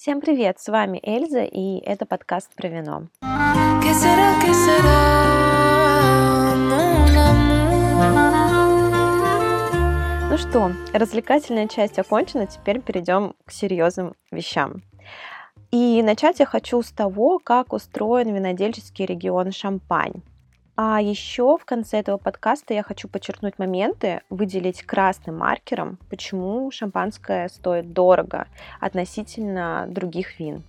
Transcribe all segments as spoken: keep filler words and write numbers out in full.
Всем привет, с вами Эльза, и это подкаст про вино. ¿Qué será, qué será, mon amour? Ну что, развлекательная часть окончена, теперь перейдем к серьезным вещам. И начать я хочу с того, как устроен винодельческий регион Шампань. А еще в конце этого подкаста я хочу подчеркнуть моменты, выделить красным маркером, почему шампанское стоит дорого относительно других вин.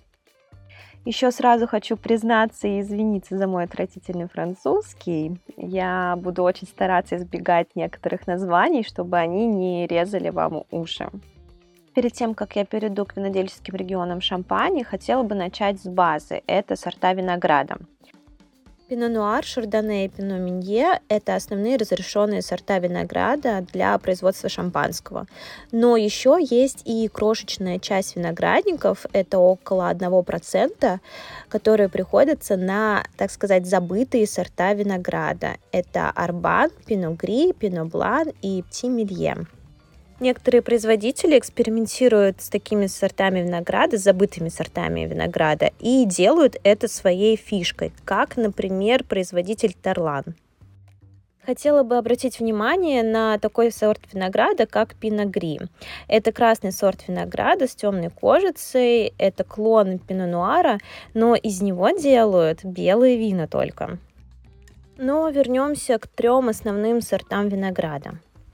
Еще сразу хочу признаться и извиниться за мой отвратительный французский. Я буду очень стараться избегать некоторых названий, чтобы они не резали вам уши. Перед тем, как я перейду к винодельческим регионам Шампани, хотела бы начать с базы. Это сорта винограда. Пино Нуар, Шардоне и Пино Минье – это основные разрешенные сорта винограда для производства шампанского. Но еще есть и крошечная часть виноградников, это около одного процента, которые приходятся на, так сказать, забытые сорта винограда. Это Арбан, Пино Гри, Пино Блан и Пти Милье. Некоторые производители экспериментируют с такими сортами винограда, с забытыми сортами винограда, и делают это своей фишкой, как, например, производитель Тарлан. Хотела бы обратить внимание на такой сорт винограда, как Пино Гри. Это красный сорт винограда с темной кожицей, это клон Пино Нуара, но из него делают белые вина только. Но вернемся к трем основным сортам винограда.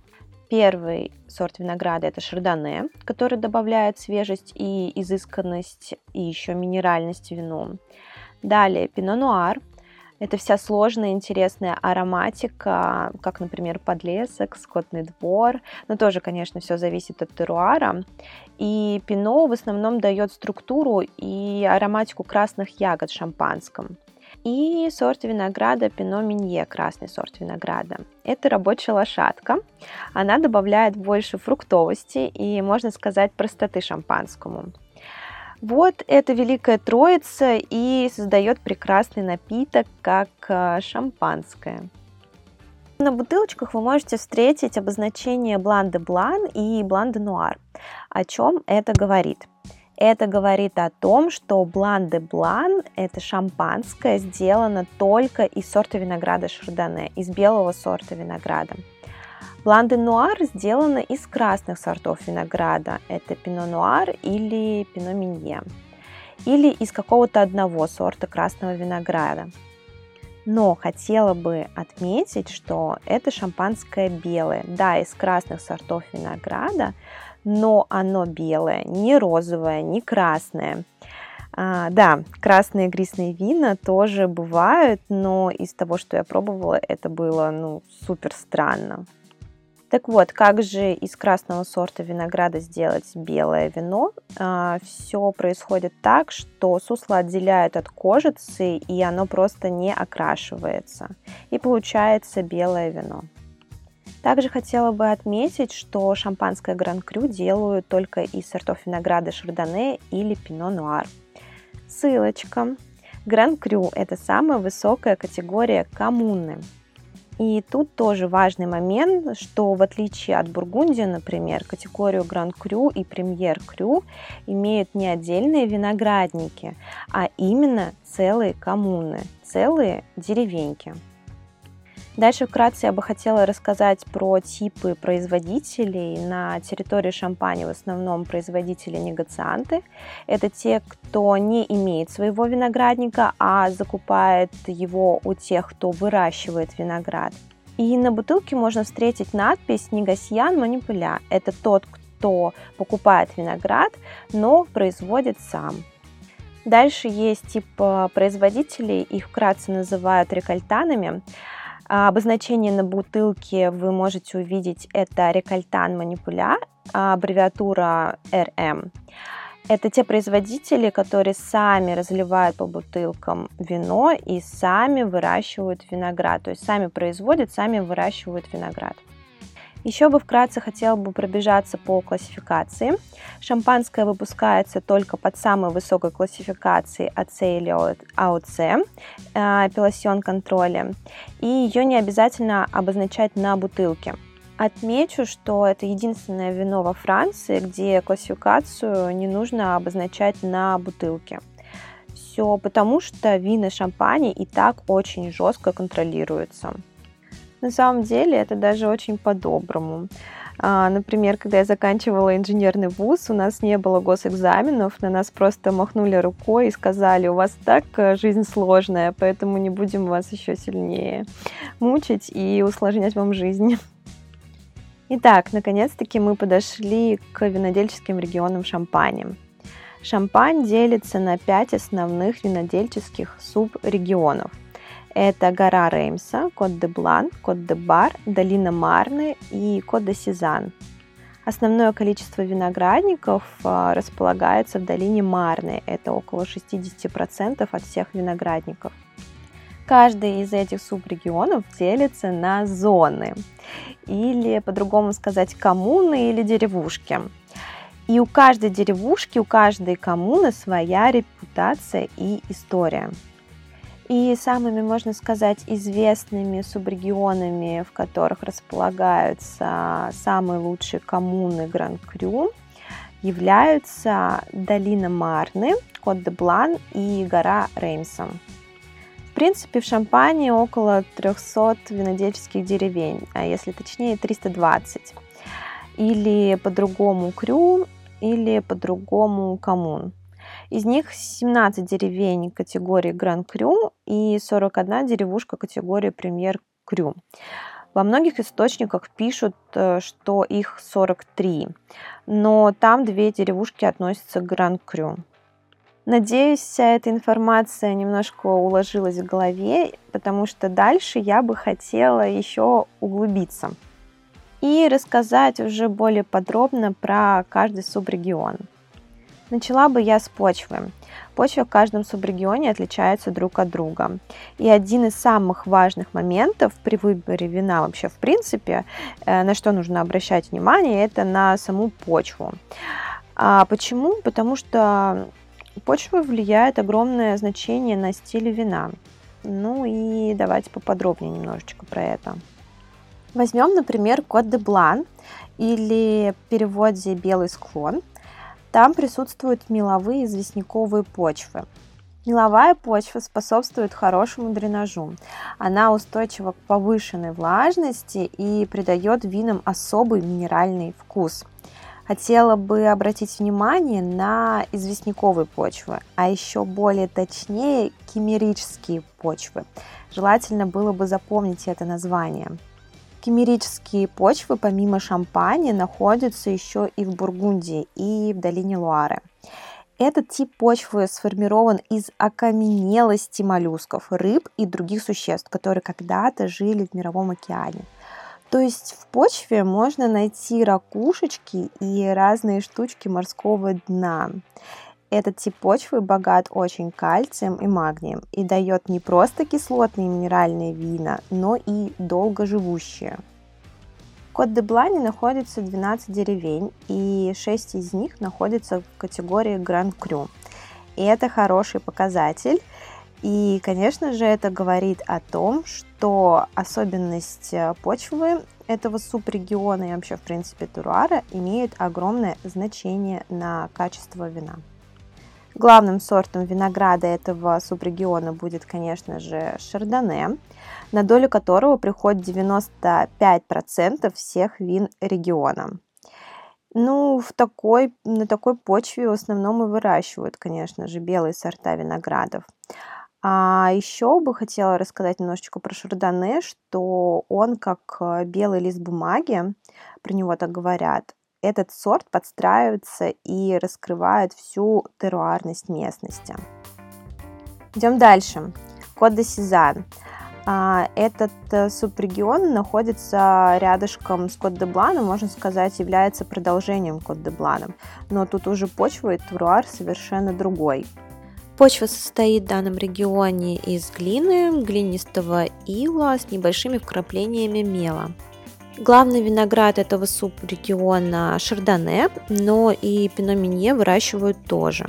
Первый сорт винограда – это шардоне, который добавляет свежесть и изысканность, и еще минеральность вину. Далее пино нуар – это вся сложная, интересная ароматика, как, например, подлесок, скотный двор, но тоже, конечно, все зависит от теруара. И пино в основном дает структуру и ароматику красных ягод в шампанском. И сорт винограда Пино Минье, красный сорт винограда. Это рабочая лошадка. Она добавляет больше фруктовости и, можно сказать, простоты шампанскому. Вот эта великая троица и создает прекрасный напиток, как шампанское. На бутылочках вы можете встретить обозначение Блан де Блан и Блан де Нуар. О чем это говорит? Это говорит о том, что Блан де Блан – это шампанское, сделано только из сорта винограда шардоне, из белого сорта винограда. Блан де Нуар сделано из красных сортов винограда, это Пино Нуар или Пино Минье, или из какого-то одного сорта красного винограда. Но хотела бы отметить, что это шампанское белое, да, из красных сортов винограда, но оно белое, не розовое, не красное. А, да, красные игристые вина тоже бывают, но из того, что я пробовала, это было ну, супер странно. Так вот, как же из красного сорта винограда сделать белое вино? А, все происходит так, что сусло отделяют от кожицы, и оно просто не окрашивается. И получается белое вино. Также хотела бы отметить, что шампанское Гран Крю делают только из сортов винограда шардоне или пино нуар. Ссылочка. Гран Крю – это самая высокая категория коммуны. И тут тоже важный момент, что в отличие от Бургундии, например, категорию Гран Крю и Премьер Крю имеют не отдельные виноградники, а именно целые коммуны, целые деревеньки. Дальше вкратце я бы хотела рассказать про типы производителей. На территории Шампани в основном производители-негацианты. Это те, кто не имеет своего виноградника, а закупает его у тех, кто выращивает виноград. И на бутылке можно встретить надпись «Негасьян манипуля». Это тот, кто покупает виноград, но производит сам. Дальше есть тип производителей, их вкратце называют рекольтанами. Обозначение на бутылке вы можете увидеть, это рекольтан манипуля, аббревиатура эр эм. Это те производители, которые сами разливают по бутылкам вино и сами выращивают виноград, то есть сами производят, сами выращивают виноград. Еще бы вкратце хотела бы пробежаться по классификации. Шампанское выпускается только под самой высокой классификацией эй си или эй о си, Appellation контроля, и ее не обязательно обозначать на бутылке. Отмечу, что это единственное вино во Франции, где классификацию не нужно обозначать на бутылке. Все потому, что вина Шампани и так очень жестко контролируются. На самом деле это даже очень по-доброму. А, Например, когда я заканчивала инженерный вуз, у нас не было госэкзаменов, на нас просто махнули рукой и сказали: у вас так э, жизнь сложная, поэтому не будем вас еще сильнее мучить и усложнять вам жизнь. Итак, наконец-таки мы подошли к винодельческим регионам Шампани. Шампань делится на пять основных винодельческих субрегионов. Это гора Реймса, Кот-де-Блан, Кот-де-Бар, долина Марны и Кот-де-Сезанн. Основное количество виноградников а, располагается в долине Марны, это около шестьдесят процентов от всех виноградников. Каждый из этих субрегионов делится на зоны, или по-другому сказать коммуны или деревушки. И у каждой деревушки, у каждой коммуны своя репутация и история. И самыми, можно сказать, известными субрегионами, в которых располагаются самые лучшие коммуны Гран-Крю, являются долина Марны, Кот-де-Блан и гора Реймса. В принципе, в Шампани около триста винодельческих деревень, а если точнее триста двадцать. Или по-другому Крю, или по-другому коммун. Из них семнадцать деревень категории Гран-Крю и сорок одна деревушка категории Премьер-Крю. Во многих источниках пишут, что их сорок три, но там две деревушки относятся к Гран-Крю. Надеюсь, вся эта информация немножко уложилась в голове, потому что дальше я бы хотела еще углубиться и рассказать уже более подробно про каждый субрегион. Начала бы я с почвы. Почва в каждом субрегионе отличается друг от друга. И один из самых важных моментов при выборе вина вообще в принципе, на что нужно обращать внимание, это на саму почву. А почему? Потому что почва влияет огромное значение на стиль вина. Ну и давайте поподробнее немножечко про это. Возьмем, например, Кот-де-Блан или в переводе «белый склон». Там присутствуют меловые известняковые почвы. Меловая почва способствует хорошему дренажу. Она устойчива к повышенной влажности и придает винам особый минеральный вкус. Хотела бы обратить внимание на известняковые почвы, а еще более точнее киммерические почвы. Желательно было бы запомнить это название. Киммерические почвы помимо Шампани находятся еще и в Бургундии и в долине Луары. Этот тип почвы сформирован из окаменелости моллюсков, рыб и других существ, которые когда-то жили в Мировом океане. То есть в почве можно найти ракушечки и разные штучки морского дна. Этот тип почвы богат очень кальцием и магнием и дает не просто кислотные минеральные вина, но и долгоживущие. В Кот-де-Блане находится двенадцать деревень, и шесть из них находятся в категории Гран-Крю. И это хороший показатель. И, конечно же, это говорит о том, что особенность почвы этого субрегиона и вообще, в принципе, теруара имеет огромное значение на качество вина. Главным сортом винограда этого субрегиона будет, конечно же, шардоне, на долю которого приходит девяносто пять процентов всех вин региона. Ну, в такой, на такой почве в основном и выращивают, конечно же, белые сорта виноградов. А еще бы хотела рассказать немножечко про шардоне, что он как белый лист бумаги, про него так говорят. Этот сорт подстраивается и раскрывает всю теруарность местности. Идем дальше. Кот-де-Сезанн. Этот субрегион находится рядышком с Кот-де-Бланом, можно сказать, является продолжением Кот-де-Блана. Но тут уже почва и теруар совершенно другой. Почва состоит в данном регионе из глины, глинистого ила с небольшими вкраплениями мела. Главный виноград этого субрегиона шардоне, но и пино минье выращивают тоже.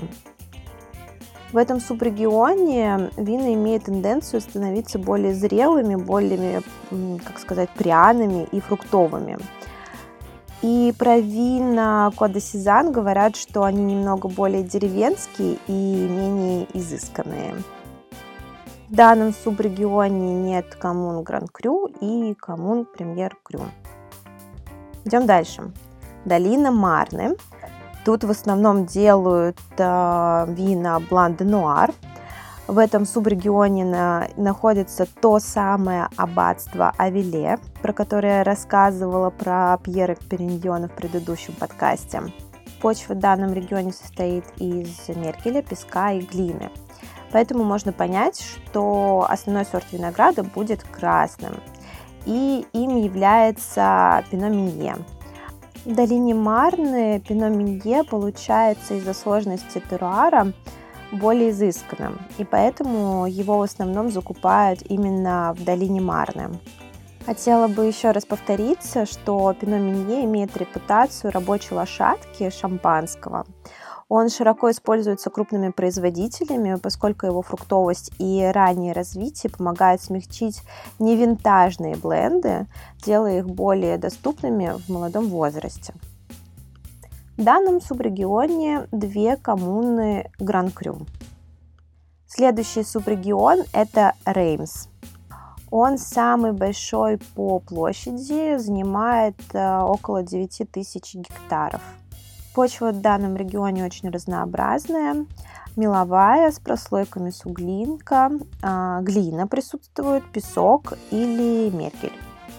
В этом субрегионе вина имеют тенденцию становиться более зрелыми, более, как сказать, пряными и фруктовыми. И про вина Кот де Сезанн говорят, что они немного более деревенские и менее изысканные. В данном субрегионе нет коммун Гран-Крю и коммун Премьер-Крю. Идем дальше. Долина Марны. Тут в основном делают э, вина Блан де Нуар. В этом субрегионе на, находится то самое аббатство Авиле, про которое я рассказывала про Пьера Периньона в предыдущем подкасте. Почва в данном регионе состоит из мергеля, песка и глины. Поэтому можно понять, что основной сорт винограда будет красным. И им является Пино Минье. В долине Марны Пино Минье получается из-за сложности теруара более изысканным, и поэтому его в основном закупают именно в долине Марны. Хотела бы еще раз повториться, что Пино Минье имеет репутацию рабочей лошадки шампанского. Он широко используется крупными производителями, поскольку его фруктовость и раннее развитие помогают смягчить невинтажные бленды, делая их более доступными в молодом возрасте. В данном субрегионе две коммуны Гран-Крю. Следующий субрегион – это Реймс. Он самый большой по площади, занимает около девять тысяч гектаров. Почва в данном регионе очень разнообразная, меловая, с прослойками суглинка, глина присутствует, песок или мергель.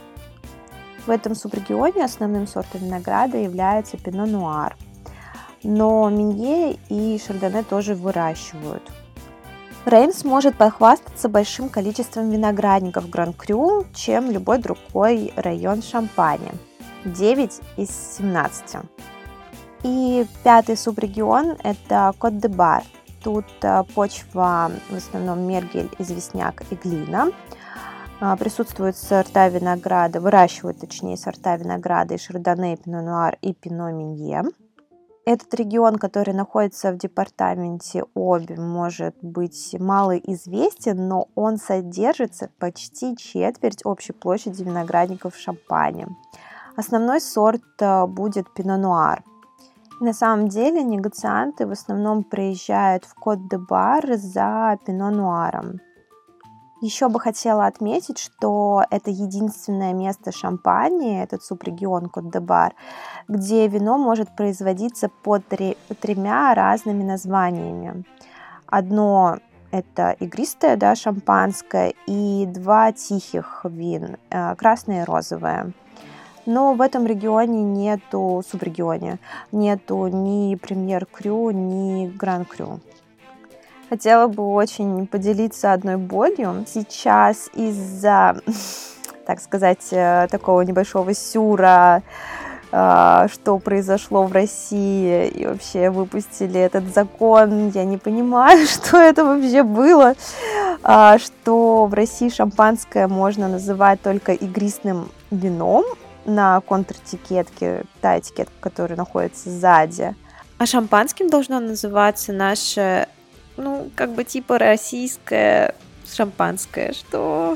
В этом субрегионе основным сортом винограда является Пино Нуар, но Минье и Шардоне тоже выращивают. Реймс может похвастаться большим количеством виноградников Гран-Крю, чем любой другой район Шампани – девять из семнадцати. И пятый субрегион – это Кот-де-Бар. Тут почва в основном мергель, известняк и глина. Присутствуют сорта винограда, выращивают, точнее, сорта винограда и Шардоне, Пино Нуар и Пино Минье. Этот регион, который находится в департаменте Оби, может быть малоизвестен, но он содержится почти четверть общей площади виноградников в Шампани. Основной сорт будет Пино Нуар. На самом деле негацианты в основном приезжают в Кот-де-Бар за Пино Нуаром. Еще бы хотела отметить, что это единственное место Шампани, этот субрегион Кот-де-Бар, где вино может производиться под три, тремя разными названиями. Одно – это игристое, да, шампанское, и два тихих вин – красное и розовое. Но в этом регионе нету, субрегионе, нету ни Премьер-Крю, ни Гран-Крю. Хотела бы очень поделиться одной болью. Сейчас из-за, так сказать, такого небольшого сюра, что произошло в России, и вообще выпустили этот закон, я не понимаю, что это вообще было, что в России шампанское можно называть только игристым вином на контр-этикетке, та этикетка, которая находится сзади. А шампанским должно называться наше... Ну, как бы типа российское шампанское, что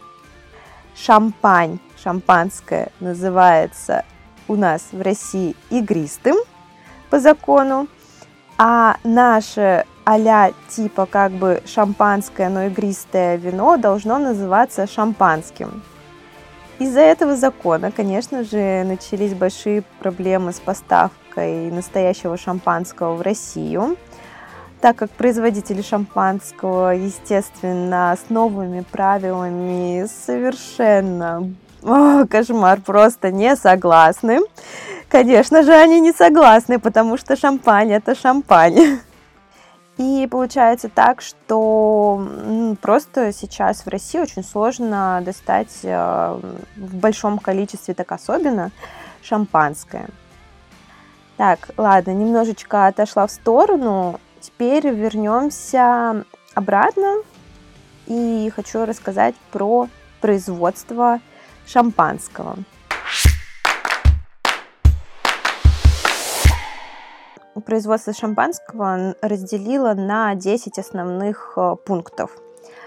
шампань, шампанское называется у нас в России игристым по закону, а наше а-ля типа как бы шампанское, но игристое вино должно называться шампанским. Из-за этого закона, конечно же, начались большие проблемы с поставкой настоящего шампанского в Россию, так как производители шампанского, естественно, с новыми правилами совершенно, о, кошмар, просто не согласны. Конечно же, они не согласны, потому что шампань – это шампань. И получается так, что просто сейчас в России очень сложно достать в большом количестве, так особенно, шампанское. Так, ладно, немножечко отошла в сторону. Теперь вернемся обратно и хочу рассказать про производство шампанского. Производство шампанского разделила на десять основных пунктов.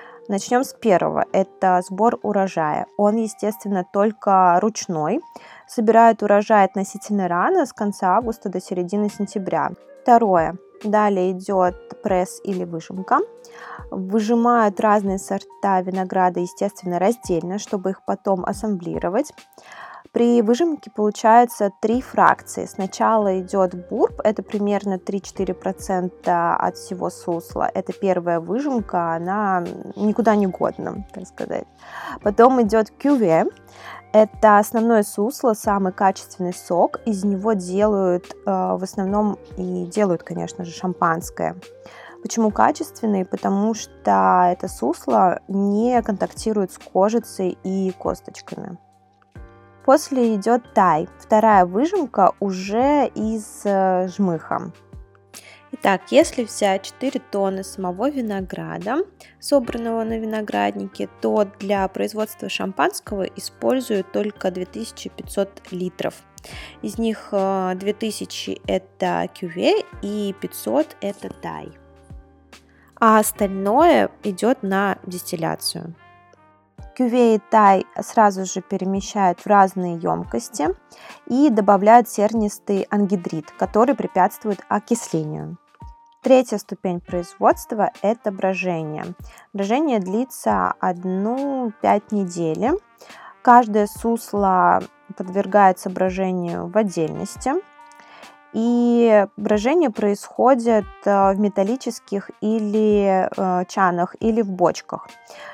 Начнем с первого. Это сбор урожая. Он, естественно, только ручной. Собирают урожай относительно рано, с конца августа до середины сентября. Второе. Далее идет пресс или выжимка. Выжимают разные сорта винограда, естественно, раздельно, чтобы их потом ассамблировать. При выжимке получается три фракции. Сначала идет бурб, это примерно три-четыре процента от всего сусла. Это первая выжимка, она никуда не годна, так сказать. Потом идет кюве. Это основное сусло, самый качественный сок. Из него делают э, в основном и делают, конечно же, шампанское. Почему качественный? Потому что это сусло не контактирует с кожицей и косточками. После идет тай, вторая выжимка уже из э, жмыха. Итак, если взять четыре тонны самого винограда, собранного на винограднике, то для производства шампанского используют только две тысячи пятьсот литров. Из них две тысячи это кюве и пятьсот это тай. А остальное идет на дистилляцию. Кюве и тай сразу же перемещают в разные емкости и добавляют сернистый ангидрид, который препятствует окислению. Третья ступень производства – это брожение. Брожение длится одну-пять недель. Каждое сусло подвергается брожению в отдельности. И брожение происходит в металлических или чанах, или в бочках.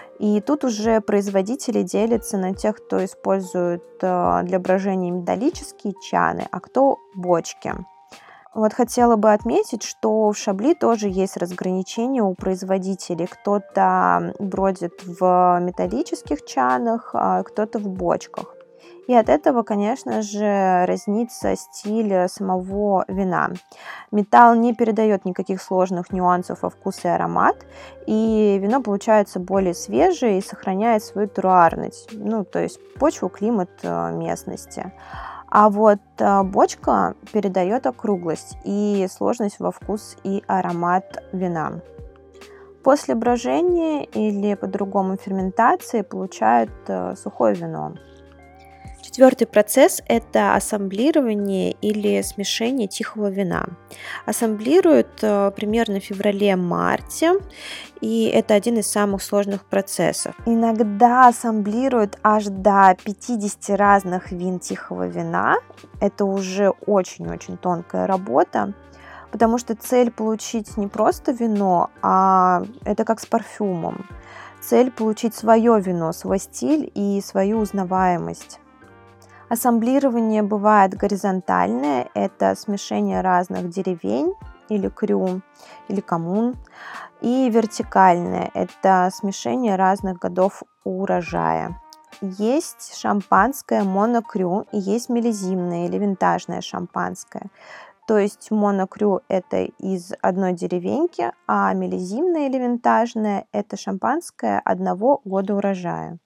И тут уже производители делятся на тех, кто использует для брожения металлические чаны, а кто бочки. Вот хотела бы отметить, что в Шабли тоже есть разграничения у производителей. Кто-то бродит в металлических чанах, а кто-то в бочках. И от этого, конечно же, разнится стиль самого вина. Металл не передает никаких сложных нюансов во вкус и аромат, и вино получается более свежее и сохраняет свою теруарность, ну, то есть почву, климат местности. А вот бочка передает округлость и сложность во вкус и аромат вина. После брожения или по-другому ферментации получают сухое вино. Четвертый процесс – это ассамблирование или смешение тихого вина. Ассамблируют примерно в феврале-марте, и это один из самых сложных процессов. Иногда ассамблируют аж до пятидесяти разных вин тихого вина. Это уже очень-очень тонкая работа, потому что цель получить не просто вино, а это как с парфюмом. Цель получить свое вино, свой стиль и свою узнаваемость. Ассамблирование бывает горизонтальное, это смешение разных деревень или крю, или коммун, и вертикальное, это смешение разных годов урожая. Есть шампанское монокрю и есть миллизимное или винтажное шампанское. То есть монокрю это из одной деревеньки, а миллизимное или винтажное это шампанское одного года урожая.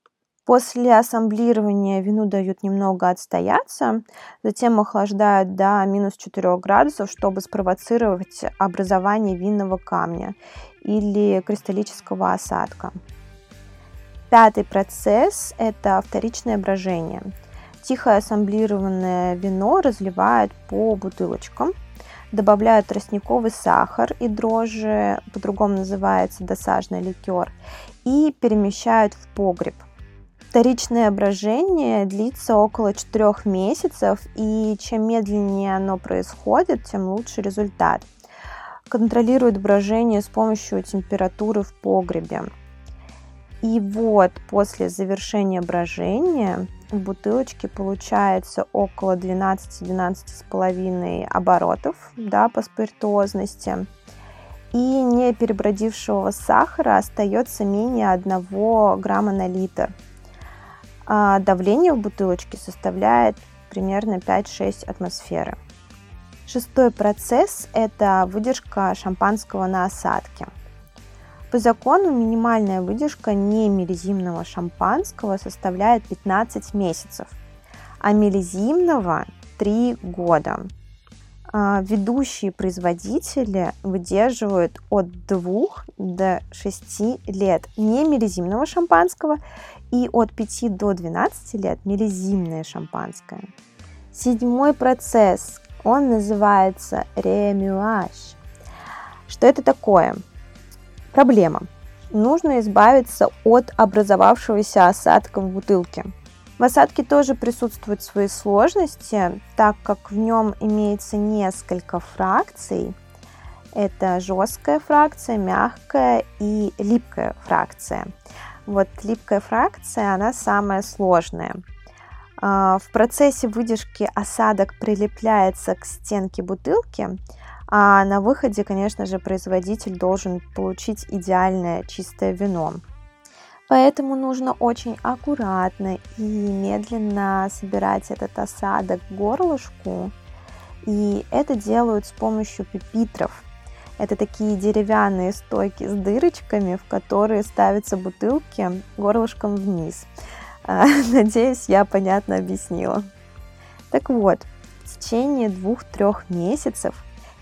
После ассамблирования вину дают немного отстояться, затем охлаждают до минус четырёх градусов, чтобы спровоцировать образование винного камня или кристаллического осадка. Пятый процесс – это вторичное брожение. Тихо ассамблированное вино разливают по бутылочкам, добавляют тростниковый сахар и дрожжи, по-другому называется досажный ликер, и перемещают в погреб. Вторичное брожение длится около четырёх месяцев, и чем медленнее оно происходит, тем лучше результат. Контролируют брожение с помощью температуры в погребе. И вот после завершения брожения в бутылочке получается около двенадцати-двенадцати с половиной оборотов, да, по спиртуозности. И не перебродившего сахара остается менее одного грамма на литр. А давление в бутылочке составляет примерно пять-шесть атмосферы. Шестой процесс – это выдержка шампанского на осадке. По закону минимальная выдержка немиллизимного шампанского составляет пятнадцать месяцев, а миллизимного – три года. Ведущие производители выдерживают от двух до шести лет немиллизимного шампанского И от пяти до двенадцати лет миллизимное шампанское. Седьмой процесс, он называется ремюаж. Что это такое? Проблема. Нужно избавиться от образовавшегося осадка в бутылке. В осадке тоже присутствуют свои сложности, так как в нем имеется несколько фракций. Это жесткая фракция, мягкая и липкая фракция. Вот липкая фракция, она самая сложная. В процессе выдержки осадок прилепляется к стенке бутылки, а на выходе, конечно же, производитель должен получить идеальное чистое вино. Поэтому нужно очень аккуратно и медленно собирать этот осадок в горлышку. И это делают с помощью пюпитров. Это такие деревянные стойки с дырочками, в которые ставятся бутылки горлышком вниз. Надеюсь, я понятно объяснила. Так вот, в течение двух-трех месяцев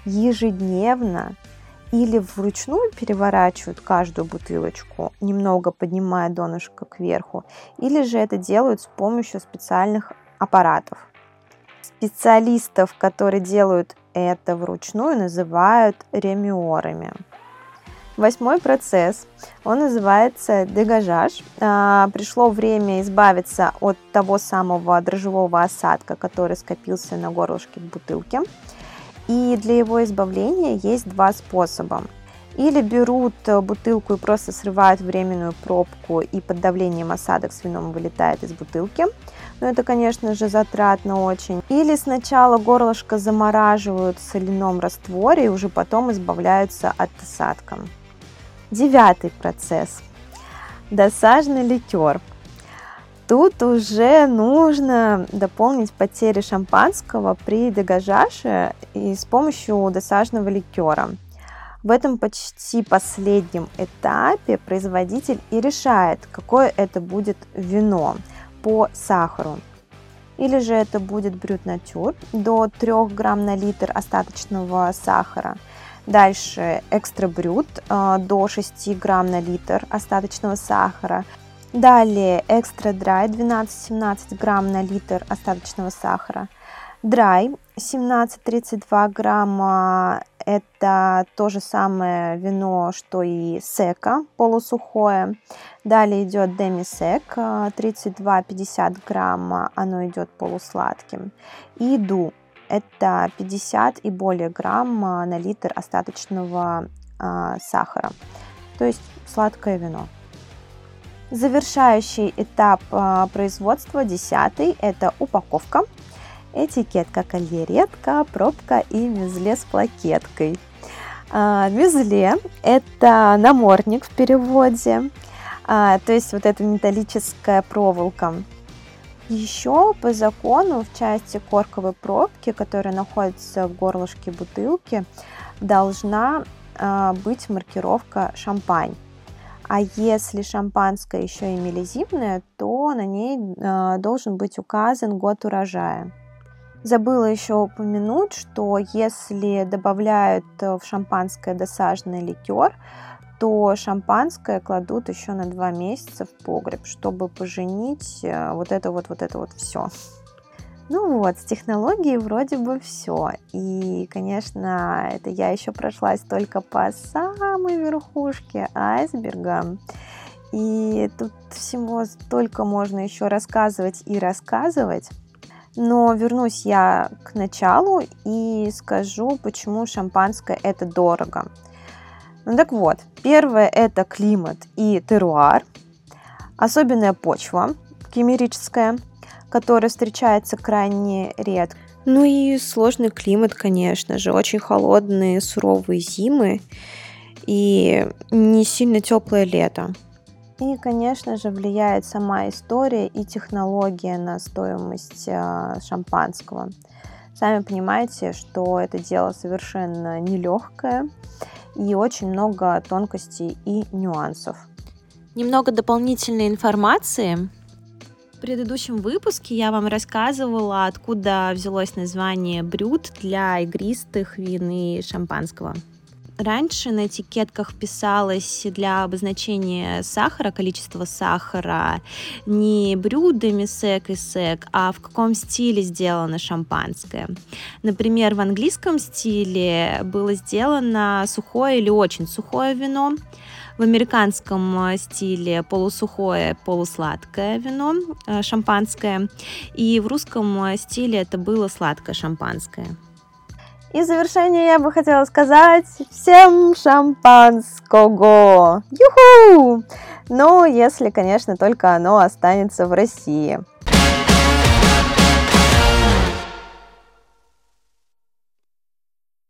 ежедневно или вручную переворачивают каждую бутылочку, немного поднимая донышко кверху, или же это делают с помощью специальных аппаратов. Специалистов, которые делают это вручную, называют ремюорами. Восьмой процесс, он называется дегажаж. А, пришло время избавиться от того самого дрожжевого осадка, который скопился на горлышке бутылки. И для его избавления есть два способа. Или берут бутылку и просто срывают временную пробку, и под давлением осадок с вином вылетает из бутылки. Но это, конечно же, затратно очень. Или сначала горлышко замораживают в соляном растворе и уже потом избавляются от осадка. Девятый процесс. Досажный ликер. Тут уже нужно дополнить потери шампанского при дегажаже и с помощью досажного ликера. В этом почти последнем этапе производитель и решает, какое это будет вино по сахару. Или же это будет брют натюр до трёх грамм на литр остаточного сахара. Дальше экстра брют до шести грамм на литр остаточного сахара. Далее экстра драй двенадцать-семнадцать грамм на литр остаточного сахара. Драй семнадцать-тридцать два грамма, это то же самое вино, что и сека, полусухое. Далее идет деми-сек тридцать два-пятьдесят грамма, оно идет полусладким. И ду, это пятьдесят и более грамм на литр остаточного э, сахара, то есть сладкое вино. Завершающий этап э, производства, десятый, это упаковка. Этикетка, кольеретка, пробка и мюзле с плакеткой. Э, мюзле – это намордник в переводе, э, то есть вот эта металлическая проволока. Еще по закону в части корковой пробки, которая находится в горлышке бутылки, должна э, быть маркировка «Шампань». А если шампанское еще и миллизимное, то на ней э, должен быть указан год урожая. Забыла еще упомянуть, что если добавляют в шампанское досажный ликер, то шампанское кладут еще на два месяца в погреб, чтобы поженить вот это вот, вот это вот все. Ну вот, с технологией вроде бы все. И, конечно, это я еще прошлась только по самой верхушке айсберга. И тут всего столько можно еще рассказывать и рассказывать. Но вернусь я к началу и скажу, почему шампанское это дорого. Ну так вот, первое это климат и теруар, особенная почва кемерическая, которая встречается крайне редко. Ну и сложный климат, конечно же, очень холодные, суровые зимы и не сильно теплое лето. И, конечно же, влияет сама история и технология на стоимость шампанского. Сами понимаете, что это дело совершенно нелегкое и очень много тонкостей и нюансов. Немного дополнительной информации. В предыдущем выпуске я вам рассказывала, откуда взялось название брют для игристых вин и шампанского. Раньше на этикетках писалось для обозначения сахара, количество сахара, не брюдами сек и сек, а в каком стиле сделано шампанское. Например, в английском стиле было сделано сухое или очень сухое вино, в американском стиле полусухое, полусладкое вино, шампанское, и в русском стиле это было сладкое шампанское. И в завершение я бы хотела сказать всем шампанского! Юху! Ну, если, конечно, только оно останется в России.